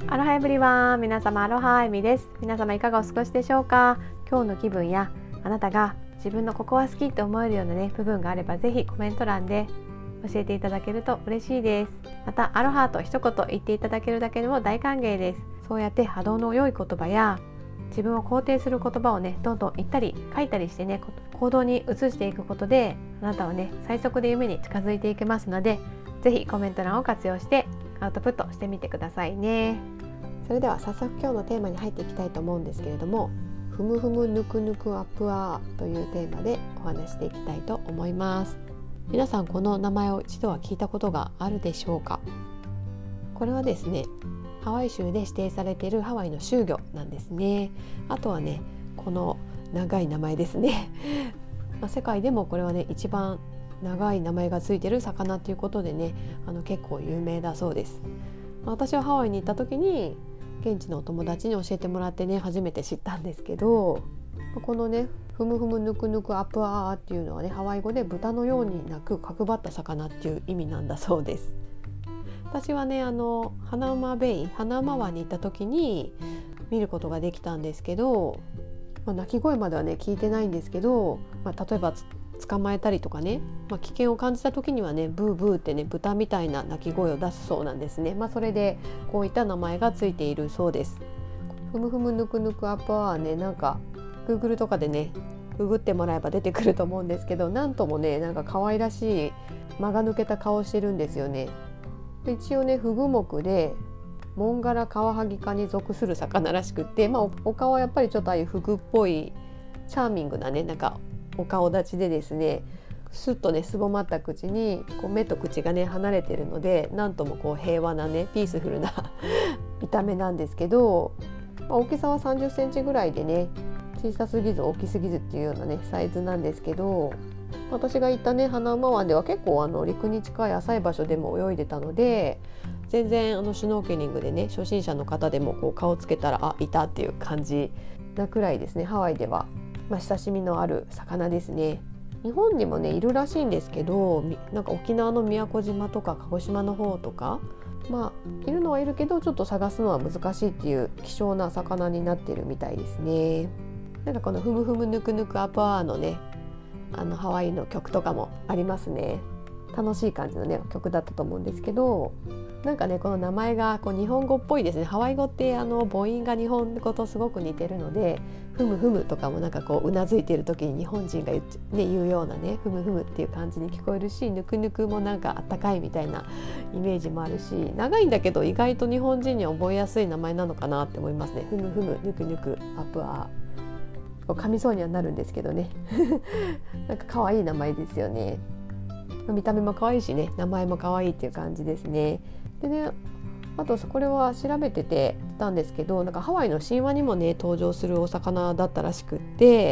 アロハエブリワン、皆様アロハエミです。皆様いかがお過ごしでしょうか。今日の気分やあなたが自分のここは好きって思えるような部分があれば、ぜひコメント欄で教えていただけると嬉しいです。またアロハと一言言っていただけるだけでも大歓迎です。そうやって波動の良い言葉や自分を肯定する言葉をどんどん言ったり書いたりして行動に移していくことで、あなたは最速で夢に近づいていけますので、ぜひコメント欄を活用してアウトプットしてみてくださいね。それでは早速今日のテーマに入っていきたいと思うんですけれども、ふむふむぬくぬくアップアーというテーマでお話していきたいと思います。皆さんこの名前を一度は聞いたことがあるでしょうか。これはですね、ハワイ州で指定されているハワイの州魚なんですね。あとはこの長い名前ですね世界でもこれは一番長い名前がついている魚ということで結構有名だそうです。私はハワイに行った時に現地のお友達に教えてもらって初めて知ったんですけど、このふむふむぬくぬくアップアーっていうのはハワイ語で豚のように鳴く角張った魚っていう意味なんだそうです。私は花馬ベイ、花馬湾に行った時に見ることができたんですけど、鳴き声までは聞いてないんですけど、例えば捕まえたりとか危険を感じた時にはブーブーって豚みたいな鳴き声を出すそうなんですね。それでこういった名前がついているそうです。ふむふむぬくぬくアップアーなんか Google とかでググってもらえば出てくると思うんですけど、なんともなんか可愛らしい間が抜けた顔してるんですよね。一応フグ目でモンガラカワハギ科に属する魚らしくって、お顔はやっぱりちょっとああいうフグっぽいチャーミングななんかお顔立ちでですね、スッとすぼまった口に目と口が離れているので、なんとも平和なピースフルな見た目なんですけど、大きさは30センチぐらいで小さすぎず大きすぎずっていうようなサイズなんですけど、私が行った花馬湾では結構陸に近い浅い場所でも泳いでたので、全然シュノーケリングで初心者の方でも顔つけたらいたっていう感じなくらいですね。ハワイでは親しみのある魚ですね。日本にもいるらしいんですけど、なんか沖縄の宮古島とか鹿児島の方とかいるのはいるけど、ちょっと探すのは難しいっていう希少な魚になっているみたいですね。なんかこのふむふむぬくぬくアパーのハワイの曲とかもありますね。楽しい感じの曲だったと思うんですけど、なんかこの名前が日本語っぽいですね。ハワイ語って母音が日本語とすごく似てるので、ふむふむとかもなんかうなずいている時に日本人が言うようなふむふむっていう感じに聞こえるし、ぬくぬくもなんかあったかいみたいなイメージもあるし、長いんだけど意外と日本人には覚えやすい名前なのかなって思いますね。ふむふむぬくぬくアップアー、噛みそうにはなるんですけどなんか可愛い名前ですよね。見た目も可愛いし名前も可愛いっていう感じですね。であとこれは調べててたんですけど、なんかハワイの神話にも登場するお魚だったらしくって、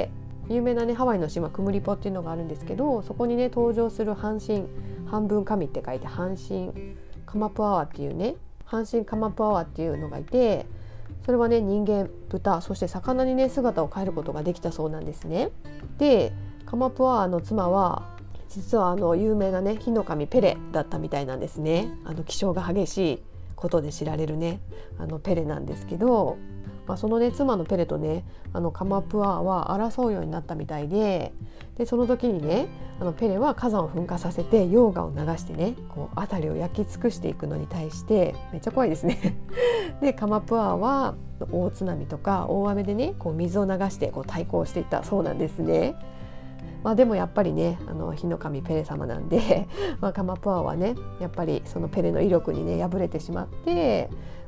有名なハワイの神話クムリポっていうのがあるんですけど、そこに登場する半身半分神って書いて半身カマプアワっていう半身カマプアワっていうのがいて、それは人間、豚、そして魚に姿を変えることができたそうなんですね。でカマプアワの妻は実は有名な火の神ペレだったみたいなんですね。気性が激しいことで知られるペレなんですけど、その妻のペレとカマプアは争うようになったみたいで、その時にペレは火山を噴火させて溶岩を流して辺りを焼き尽くしていくのに対して、めっちゃ怖いですねでカマプアは大津波とか大雨で水を流して対抗していったそうなんですね。でもやっぱり火の神ペレ様なんでカマプアはやっぱりそのペレの威力に敗れてしまって、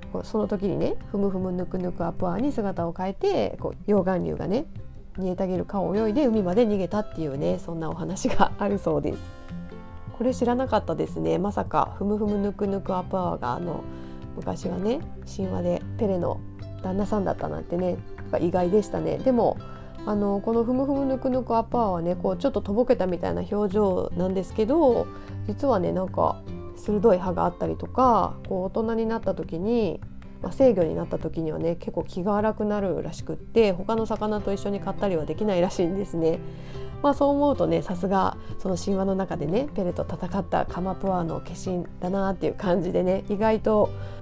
その時にふむふむぬくぬくアプアに姿を変えて溶岩流が煮えたぎる川を泳いで海まで逃げたっていうそんなお話があるそうです。これ知らなかったですね。まさかふむふむぬくぬくアプアが昔は神話でペレの旦那さんだったなんて意外でしたね。でもこのふむふむぬくぬくアパーはちょっととぼけたみたいな表情なんですけど、実はなんか鋭い歯があったりとか、大人になった時に、成魚になった時には結構気が荒くなるらしくって、他の魚と一緒に飼ったりはできないらしいんですね。そう思うとさすがその神話の中でペレと戦ったカマプアの化身だなっていう感じで意外と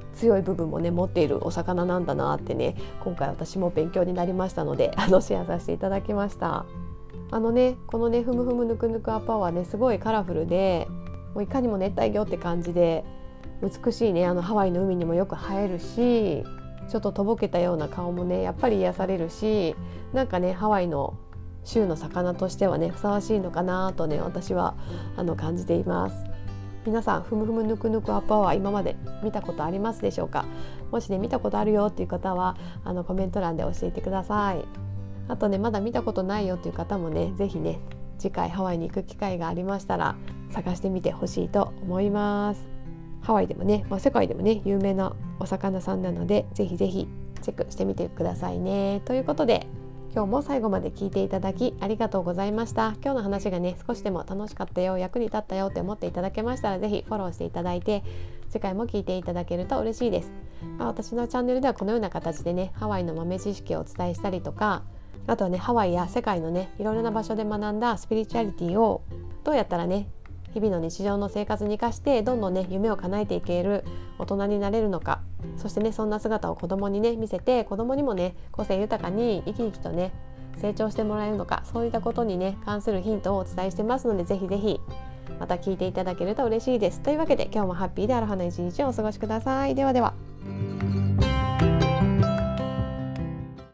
強い部分もね持っているお魚なんだなってね、今回私も勉強になりましたのでシェアさせていただきました。このねふむふむぬくぬくアパはねすごいカラフルで、もういかにも熱帯魚って感じで美しいね、ハワイの海にもよく映えるし、ちょっととぼけたような顔もねやっぱり癒されるし、なんかねハワイの州の魚としてはねふさわしいのかなとね私は感じています。皆さんふむふむぬくぬくアパは今まで見たことありますでしょうか？もしね見たことあるよっていう方はコメント欄で教えてください。あとねまだ見たことないよっていう方もねぜひね次回ハワイに行く機会がありましたら探してみてほしいと思います。ハワイでもね、世界でもね有名なお魚さんなのでぜひぜひチェックしてみてくださいね。ということで今日も最後まで聞いていただきありがとうございました。今日の話がね少しでも楽しかったよ、役に立ったよって思っていただけましたらぜひフォローしていただいて次回も聞いていただけると嬉しいです。私のチャンネルではこのような形でねハワイの豆知識をお伝えしたりとか、あとはねハワイや世界のねいろいろな場所で学んだスピリチュアリティをどうやったらね日々の日常の生活に生かしてどんどんね夢を叶えていける大人になれるのか、そしてねそんな姿を子供にね見せて子供にもね個性豊かに生き生きとね成長してもらえるのか、そういったことにね関するヒントをお伝えしてますのでぜひぜひまた聞いていただけると嬉しいです。というわけで今日もハッピーでアロハな一日をお過ごしください。ではでは。